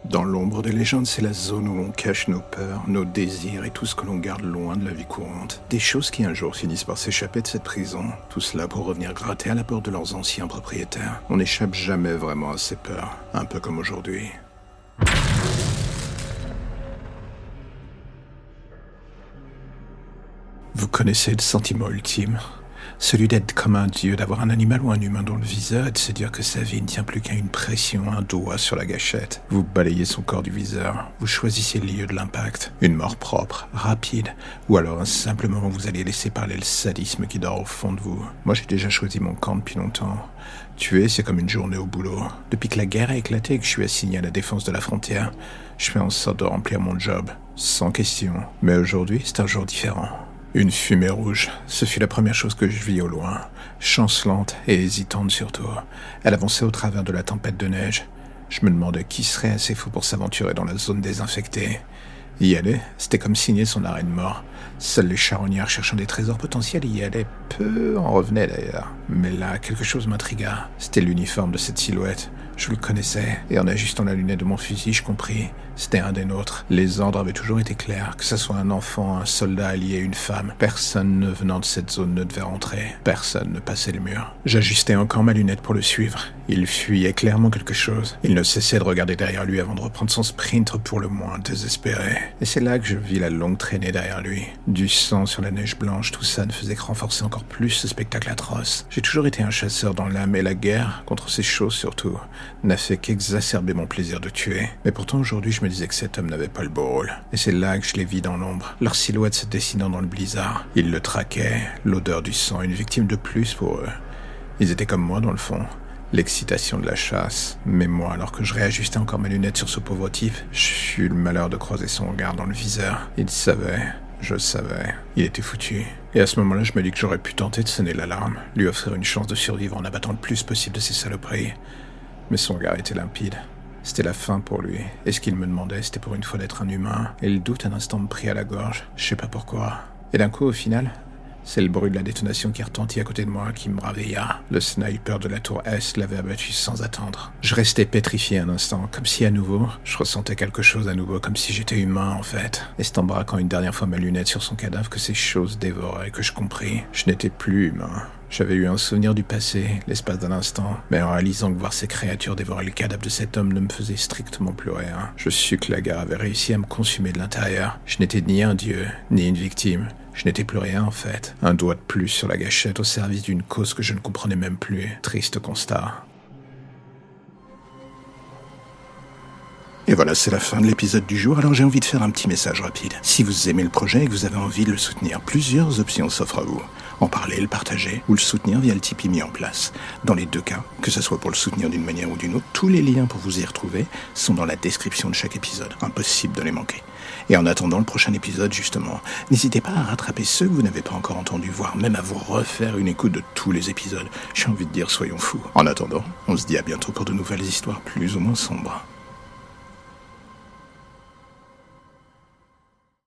Dans l'ombre des légendes, c'est la zone où l'on cache nos peurs, nos désirs et tout ce que l'on garde loin de la vie courante. Des choses qui un jour finissent par s'échapper de cette prison. Tout cela pour revenir gratter à la porte de leurs anciens propriétaires. On n'échappe jamais vraiment à ces peurs, un peu comme aujourd'hui. Vous connaissez le sentiment ultime ? Celui d'être comme un dieu, d'avoir un animal ou un humain dans le viseur et de se dire que sa vie ne tient plus qu'à une pression, un doigt sur la gâchette. Vous balayez son corps du viseur, vous choisissez le lieu de l'impact. Une mort propre, rapide, ou alors un simple moment où vous allez laisser parler le sadisme qui dort au fond de vous. Moi j'ai déjà choisi mon camp depuis longtemps. Tuer, c'est comme une journée au boulot. Depuis que la guerre a éclaté et que je suis assigné à la défense de la frontière, je fais en sorte de remplir mon job, sans question. Mais aujourd'hui, c'est un jour différent. Une fumée rouge, ce fut la première chose que je vis au loin, chancelante et hésitante surtout. Elle avançait au travers de la tempête de neige. Je me demandais qui serait assez fou pour s'aventurer dans la zone désinfectée. Y aller, c'était comme signer son arrêt de mort. Seuls les charognards cherchant des trésors potentiels y allaient, peu en revenaient d'ailleurs. Mais là, quelque chose m'intrigua. C'était l'uniforme de cette silhouette. Je le connaissais, et en ajustant la lunette de mon fusil, je compris. C'était un des nôtres. Les ordres avaient toujours été clairs, que ce soit un enfant, un soldat allié, une femme. Personne ne venant de cette zone ne devait rentrer. Personne ne passait le mur. J'ajustais encore ma lunette pour le suivre. Il fuyait clairement quelque chose. Il ne cessait de regarder derrière lui avant de reprendre son sprint pour le moins désespéré. Et c'est là que je vis la longue traînée derrière lui. Du sang sur la neige blanche, tout ça ne faisait que renforcer encore plus ce spectacle atroce. J'ai toujours été un chasseur dans l'âme et la guerre, contre ces choses surtout, n'a fait qu'exacerber mon plaisir de tuer. Mais pourtant aujourd'hui je me disais que cet homme n'avait pas le beau rôle. Et c'est là que je les vis dans l'ombre, leur silhouette se dessinant dans le blizzard. Ils le traquaient, l'odeur du sang, une victime de plus pour eux. Ils étaient comme moi dans le fond. L'excitation de la chasse. Mais moi, alors que je réajustais encore mes lunettes sur ce pauvre type, j'ai eu le malheur de croiser son regard dans le viseur. Il savait, je savais, il était foutu. Et à ce moment-là, je me dis que j'aurais pu tenter de sonner l'alarme, lui offrir une chance de survivre en abattant le plus possible de ces saloperies. Mais son regard était limpide. C'était la fin pour lui. Et ce qu'il me demandait, c'était pour une fois d'être un humain. Et le doute un instant me prit à la gorge. Je sais pas pourquoi. Et d'un coup, au final, c'est le bruit de la détonation qui retentit à côté de moi qui me réveilla. Le sniper de la tour Est l'avait abattu sans attendre. Je restais pétrifié un instant, comme si à nouveau, je ressentais quelque chose à nouveau, comme si j'étais humain en fait. Et c'est en braquant une dernière fois ma lunette sur son cadavre que ces choses dévoraient, que je compris. Je n'étais plus humain. J'avais eu un souvenir du passé, l'espace d'un instant, mais en réalisant que voir ces créatures dévorer le cadavre de cet homme ne me faisait strictement plus rien. Je sus que la guerre avait réussi à me consumer de l'intérieur. Je n'étais ni un dieu, ni une victime. Je n'étais plus rien en fait. Un doigt de plus sur la gâchette au service d'une cause que je ne comprenais même plus. Triste constat. Et voilà, c'est la fin de l'épisode du jour, alors j'ai envie de faire un petit message rapide. Si vous aimez le projet et que vous avez envie de le soutenir, plusieurs options s'offrent à vous. En parler, le partager ou le soutenir via le Tipeee mis en place. Dans les deux cas, que ce soit pour le soutenir d'une manière ou d'une autre, tous les liens pour vous y retrouver sont dans la description de chaque épisode. Impossible de les manquer. Et en attendant le prochain épisode, justement, n'hésitez pas à rattraper ceux que vous n'avez pas encore entendus, voire même à vous refaire une écoute de tous les épisodes. J'ai envie de dire, soyons fous. En attendant, on se dit à bientôt pour de nouvelles histoires plus ou moins sombres.